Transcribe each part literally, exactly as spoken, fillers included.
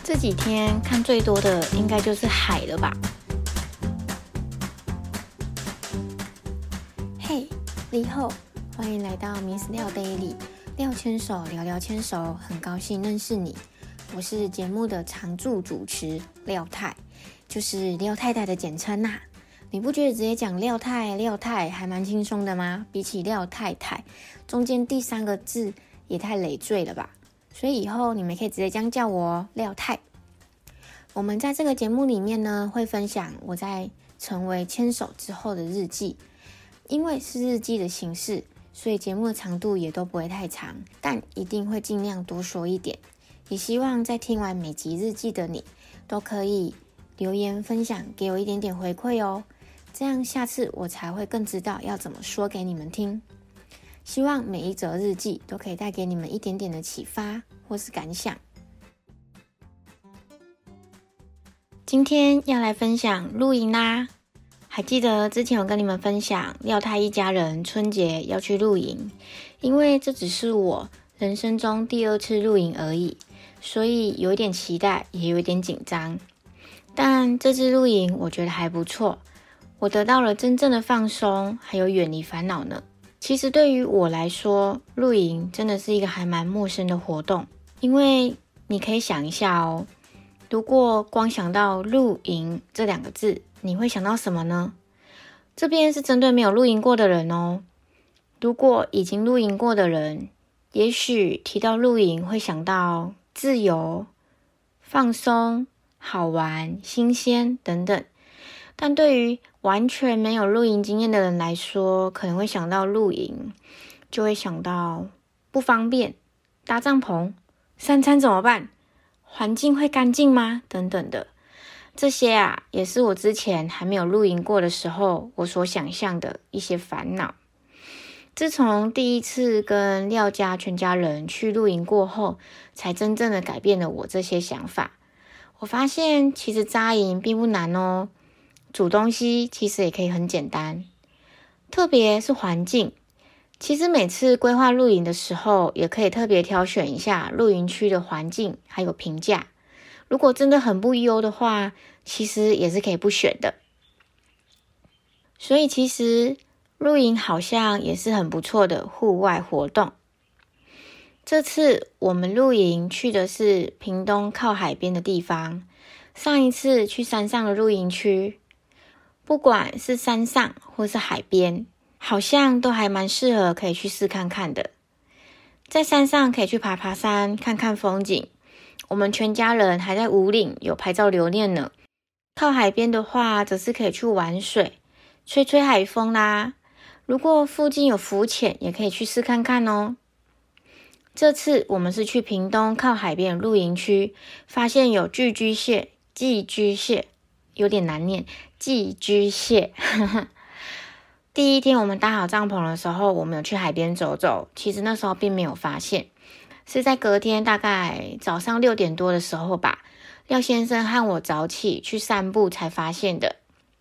这几天看最多的应该就是海了吧。嘿，你好，欢迎来到 Miss 廖 Daily 廖牵手聊聊牵手，很高兴认识你。我是节目的常驻主持廖太，就是廖太太的简称啊。你不觉得直接讲廖太廖太还蛮轻松的吗？比起廖太太，中间第三个字也太累赘了吧。所以以后你们可以直接这样叫我哦，廖太。我们在这个节目里面呢，会分享我在成为牵手之后的日记。因为是日记的形式，所以节目的长度也都不会太长，但一定会尽量多说一点。也希望在听完每集日记的你，都可以留言分享，给我一点点回馈哦。这样下次我才会更知道要怎么说给你们听。希望每一则日记都可以带给你们一点点的启发或是感想。今天要来分享露营啦。还记得之前有跟你们分享廖太一家人春节要去露营，因为这只是我人生中第二次露营而已，所以有一点期待，也有一点紧张。但这次露营我觉得还不错，我得到了真正的放松，还有远离烦恼呢。其实对于我来说，露营真的是一个还蛮陌生的活动，因为你可以想一下哦，如果光想到露营这两个字，你会想到什么呢？这边是针对没有露营过的人哦。如果已经露营过的人，也许提到露营会想到自由、放松、好玩、新鲜等等。但对于完全没有露营经验的人来说，可能会想到露营，就会想到不方便、搭帐篷、三餐怎么办、环境会干净吗？等等的。这些啊，也是我之前还没有露营过的时候，我所想象的一些烦恼。自从第一次跟廖家全家人去露营过后，才真正的改变了我这些想法。我发现其实扎营并不难哦，煮东西其实也可以很简单，特别是环境。其实每次规划露营的时候，也可以特别挑选一下露营区的环境还有评价。如果真的很不优的话，其实也是可以不选的。所以其实露营好像也是很不错的户外活动。这次我们露营去的是屏东靠海边的地方。上一次去山上的露营区，不管是山上或是海边，好像都还蛮适合可以去试看看的。在山上可以去爬爬山，看看风景。我们全家人还在武岭有拍照留念呢。靠海边的话，则是可以去玩水，吹吹海风啦。如果附近有浮潜，也可以去试看看哦。这次我们是去屏东靠海边的露营区，发现有寄居蟹，寄居蟹有点难念，寄居蟹。第一天我们搭好帐篷的时候，我们有去海边走走，其实那时候并没有发现。是在隔天大概早上六点多的时候吧，廖先生和我早起去散步才发现的。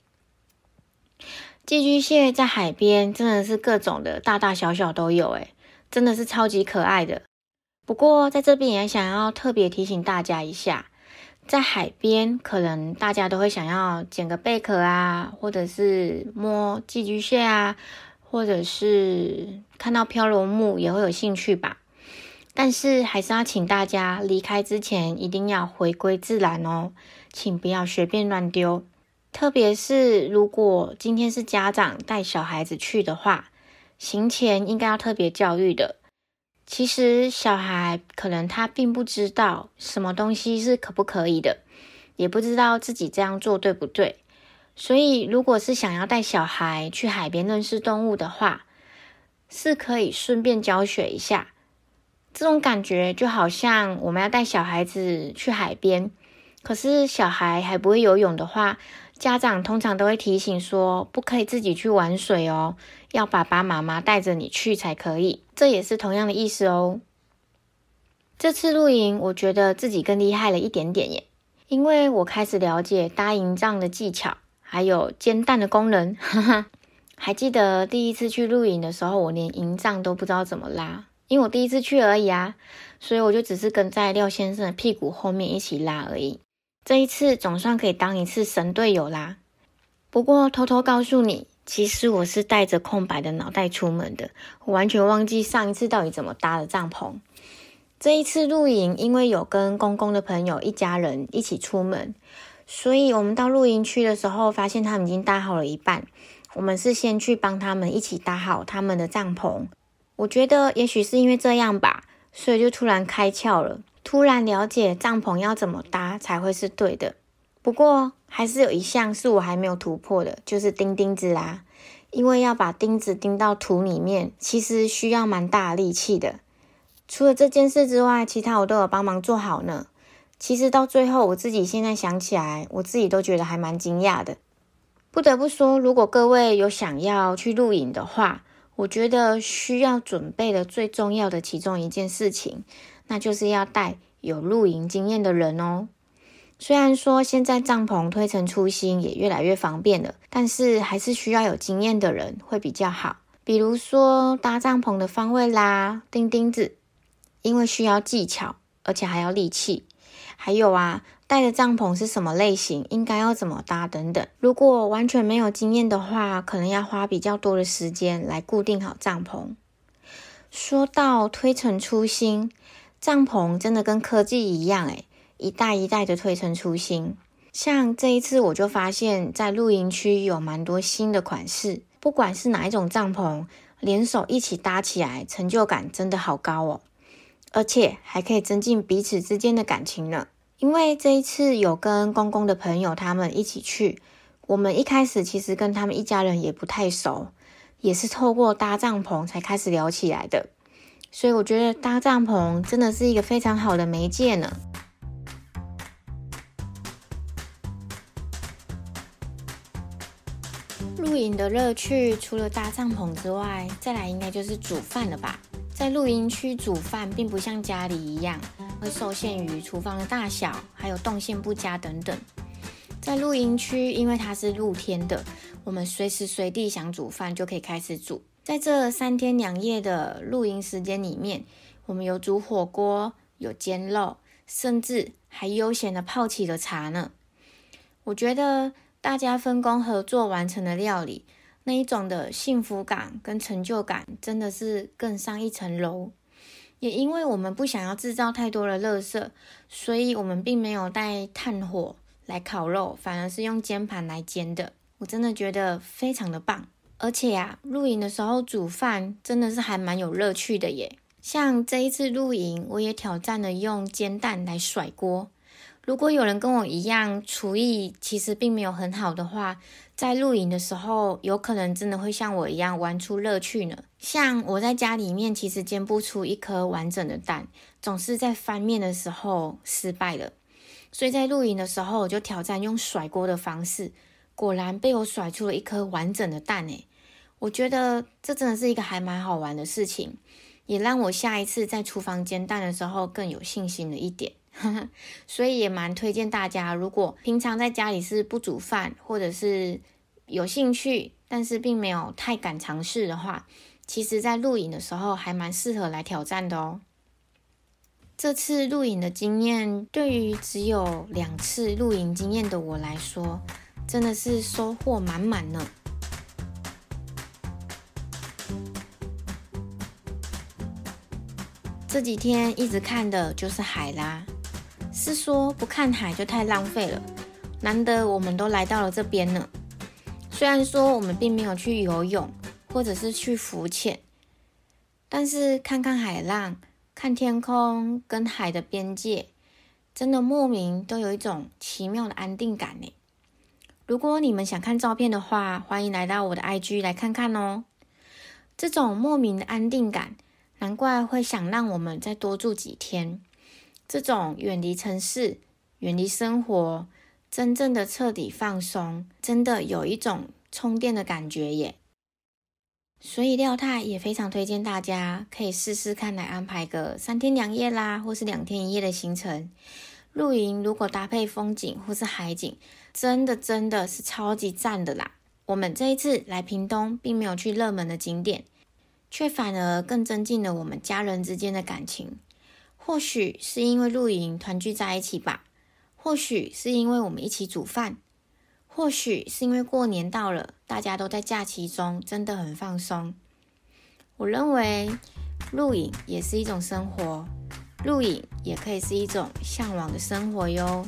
寄居蟹在海边真的是各种的大大小小都有诶，真的是超级可爱的。不过在这边也想要特别提醒大家一下，在海边可能大家都会想要捡个贝壳啊，或者是摸寄居蟹啊，或者是看到漂流木也会有兴趣吧。但是还是要请大家离开之前一定要回归自然哦，请不要随便乱丢。特别是如果今天是家长带小孩子去的话，行前应该要特别教育的。其实小孩可能他并不知道什么东西是可不可以的，也不知道自己这样做对不对。所以如果是想要带小孩去海边认识动物的话，是可以顺便教学一下。这种感觉就好像我们要带小孩子去海边，可是小孩还不会游泳的话，家长通常都会提醒说不可以自己去玩水哦，要爸爸妈妈带着你去才可以。这也是同样的意思哦。这次露营我觉得自己更厉害了一点点耶，因为我开始了解搭营帐的技巧，还有煎蛋的功能。还记得第一次去露营的时候，我连营帐都不知道怎么拉， 因为我第一次去而已啊，所以我就只是跟在廖先生的屁股后面一起拉而已。这一次总算可以当一次神队友啦。不过偷偷告诉你，其实我是带着空白的脑袋出门的，我完全忘记上一次到底怎么搭的帐篷。这一次露营，因为有跟公公的朋友一家人一起出门，所以我们到露营区的时候，发现他们已经搭好了一半。我们是先去帮他们一起搭好他们的帐篷。我觉得也许是因为这样吧，所以就突然开窍了，突然了解帐篷要怎么搭才会是对的。不过还是有一项是我还没有突破的，就是钉钉子啦。因为要把钉子钉到土里面，其实需要蛮大的力气的。除了这件事之外，其他我都有帮忙做好呢。其实到最后，我自己现在想起来，我自己都觉得还蛮惊讶的。不得不说，如果各位有想要去露营的话，我觉得需要准备的最重要的其中一件事情，那就是要带有露营经验的人哦。虽然说现在帐篷推陈出新也越来越方便了，但是还是需要有经验的人会比较好。比如说搭帐篷的方位啦，钉钉子，因为需要技巧，而且还要力气。还有啊，带的帐篷是什么类型，应该要怎么搭等等。如果完全没有经验的话，可能要花比较多的时间来固定好帐篷。说到推陈出新，帐篷真的跟科技一样诶，一代一代的推陈出新。像这一次我就发现在露营区有蛮多新的款式，不管是哪一种帐篷，联手一起搭起来，成就感真的好高哦。而且还可以增进彼此之间的感情呢。因为这一次有跟公公的朋友他们一起去，我们一开始其实跟他们一家人也不太熟，也是透过搭帐篷才开始聊起来的。所以我觉得搭帐篷真的是一个非常好的媒介呢。露营的乐趣除了搭帐篷之外，再来应该就是煮饭了吧。在露营区煮饭并不像家里一样会受限于厨房的大小，还有动线不佳等等。在露营区，因为它是露天的，我们随时随地想煮饭就可以开始煮。在这三天两夜的露营时间里面，我们有煮火锅，有煎肉，甚至还悠闲的泡起了茶呢。我觉得大家分工合作完成的料理，那一种的幸福感跟成就感真的是更上一层楼。也因为我们不想要制造太多的垃圾，所以我们并没有带炭火来烤肉，反而是用煎盘来煎的。我真的觉得非常的棒。而且啊，露营的时候煮饭真的是还蛮有乐趣的耶。像这一次露营，我也挑战了用煎蛋来甩锅。如果有人跟我一样厨艺其实并没有很好的话，在露营的时候有可能真的会像我一样玩出乐趣呢。像我在家里面其实煎不出一颗完整的蛋，总是在翻面的时候失败了。所以在露营的时候我就挑战用甩锅的方式，果然被我甩出了一颗完整的蛋耶。我觉得这真的是一个还蛮好玩的事情，也让我下一次在厨房煎蛋的时候更有信心了一点。所以也蛮推荐大家，如果平常在家里是不煮饭，或者是有兴趣但是并没有太敢尝试的话，其实在露营的时候还蛮适合来挑战的哦。这次露营的经验，对于只有两次露营经验的我来说，真的是收获满满呢。这几天一直看的就是海啦，是说不看海就太浪费了，难得我们都来到了这边呢。虽然说我们并没有去游泳或者是去浮潜，但是看看海浪，看天空跟海的边界，真的莫名都有一种奇妙的安定感呢。如果你们想看照片的话，欢迎来到我的 I G 来看看哦。这种莫名的安定感，难怪会想让我们再多住几天。这种远离城市、远离生活，真正的彻底放松，真的有一种充电的感觉耶。所以廖太也非常推荐大家可以试试看来安排个三天两夜啦，或是两天一夜的行程。露营如果搭配风景或是海景，真的真的是超级赞的啦。我们这一次来屏东并没有去热门的景点， 却反而更增进了我们家人之间的感情。或许是因为露营团聚在一起吧，或许是因为我们一起煮饭，或许是因为过年到了，大家都在假期中，真的很放松。我认为露营也是一种生活，露营也可以是一种向往的生活哟。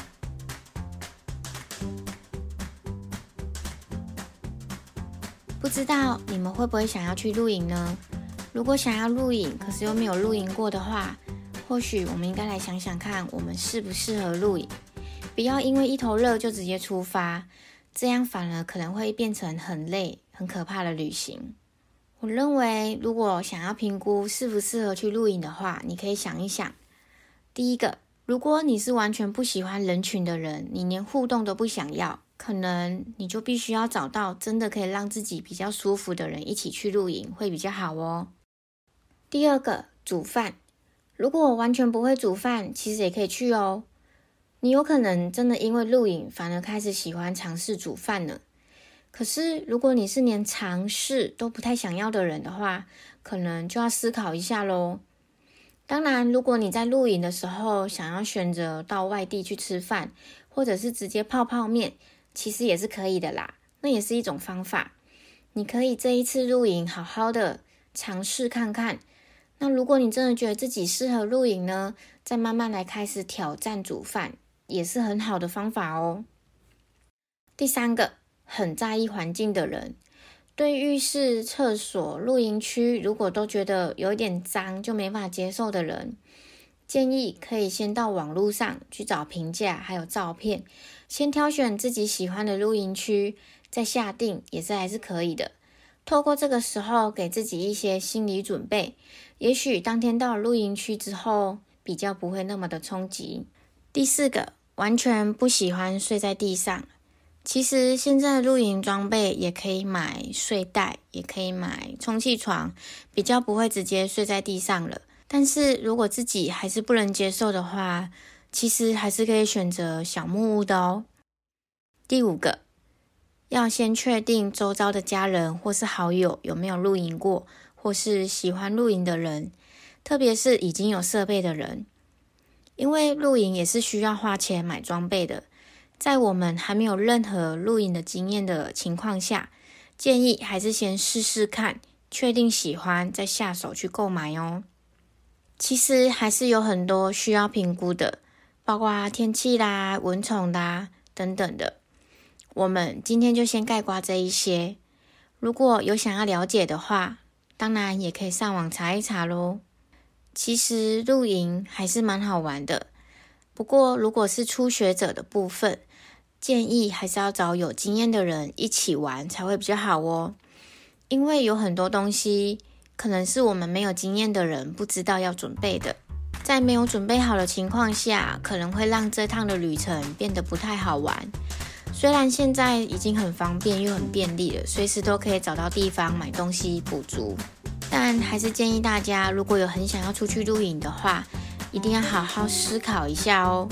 不知道你们会不会想要去露营呢？如果想要露营，可是又没有露营过的话，或许我们应该来想想看，我们适不适合露营。不要因为一头热就直接出发，这样反而可能会变成很累、很可怕的旅行。我认为，如果想要评估适不适合去露营的话，你可以想一想。第一个，如果你是完全不喜欢人群的人，你连互动都不想要，可能你就必须要找到真的可以让自己比较舒服的人一起去露营，会比较好哦。第二个，煮饭。如果我完全不会煮饭，其实也可以去哦。你有可能真的因为露营，反而开始喜欢尝试煮饭呢。可是如果你是连尝试都不太想要的人的话，可能就要思考一下咯。当然，如果你在露营的时候想要选择到外地去吃饭，或者是直接泡泡面，其实也是可以的啦，那也是一种方法。你可以这一次露营好好的尝试看看。那如果你真的觉得自己适合露营呢，再慢慢来开始挑战煮饭，也是很好的方法哦。第三个，很在意环境的人，对浴室、厕所、露营区，如果都觉得有一点脏就没法接受的人，建议可以先到网络上去找评价还有照片，先挑选自己喜欢的露营区，再下定也是还是可以的。透过这个时候给自己一些心理准备，也许当天到了露营区之后，比较不会那么的冲击。第四个，完全不喜欢睡在地上。其实现在的露营装备也可以买睡袋，也可以买充气床，比较不会直接睡在地上了。但是如果自己还是不能接受的话，其实还是可以选择小木屋的哦。第五个，要先确定周遭的家人或是好友有没有露营过，或是喜欢露营的人，特别是已经有设备的人。因为露营也是需要花钱买装备的，在我们还没有任何露营的经验的情况下，建议还是先试试看，确定喜欢再下手去购买哦。其实还是有很多需要评估的，包括天气啦、蚊虫啦等等的。我们今天就先概括这一些，如果有想要了解的话，当然也可以上网查一查咯。其实露营还是蛮好玩的，不过如果是初学者的部分，建议还是要找有经验的人一起玩才会比较好哦。因为有很多东西可能是我们没有经验的人不知道要准备的，在没有准备好的情况下，可能会让这趟的旅程变得不太好玩。虽然现在已经很方便又很便利了，随时都可以找到地方买东西补足，但还是建议大家，如果有很想要出去露营的话，一定要好好思考一下哦。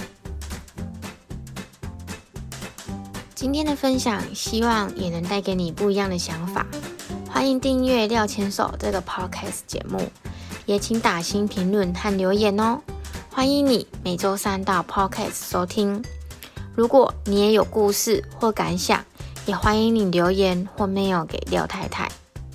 今天的分享希望也能带给你不一样的想法，欢迎订阅廖牵手这个 podcast 节目，也请打新评论和留言哦。欢迎你每周三到 podcast 收听。如果你也有故事或感想，也欢迎你留言或 mail 给廖太太。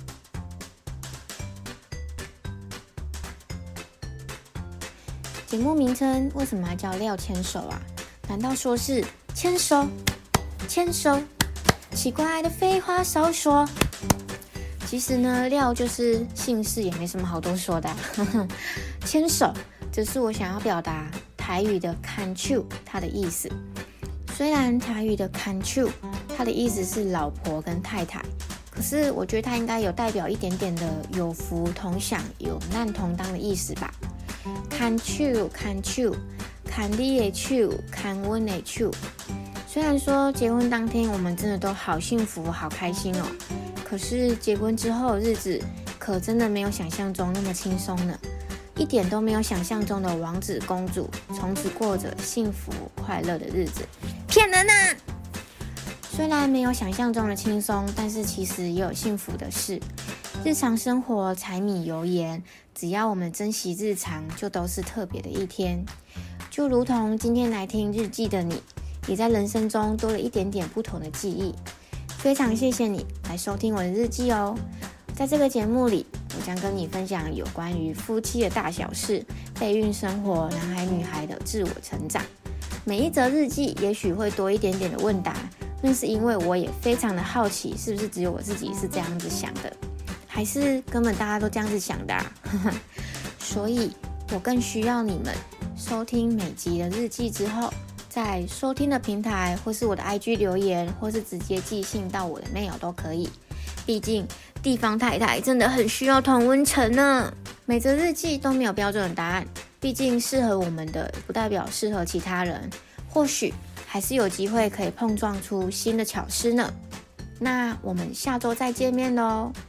节目名称为什么要叫廖牵手啊？难道说是牵手牵手，奇怪的废话少说。其实呢，廖就是姓氏，也没什么好多说的、啊、牵手这是我想要表达台语的 can chu 它的意思。虽然台语的 can chu 它的意思是老婆跟太太，可是我觉得它应该有代表一点点的有福同享、有难同当的意思吧。can chu can chu can你的手 can 我的手。虽然说结婚当天我们真的都好幸福好开心哦，可是结婚之后日子可真的没有想象中那么轻松呢，一点都没有想象中的王子公主从此过着幸福快乐的日子，骗人啊！虽然没有想象中的轻松，但是其实也有幸福的事， 日常生活柴米油盐，只要我们珍惜日常，就都是特别的一天。就如同今天来听日记的你，也在人生中多了一点点不同的记忆。非常谢谢你来收听我的日记哦。在这个节目里，我将跟你分享有关于夫妻的大小事、备孕生活、男孩女孩的自我成长。每一则日记也许会多一点点的问答，那是因为我也非常的好奇，是不是只有我自己是这样子想的，还是根本大家都这样子想的啊？所以我更需要你们收听每集的日记之后，在收听的平台或是我的 I G 留言，或是直接寄信到我的 mail 都可以。毕竟地方太太真的很需要同温层呢。每则日记都没有标准的答案，毕竟适合我们的不代表适合其他人，或许还是有机会可以碰撞出新的巧思呢。那我们下周再见面咯。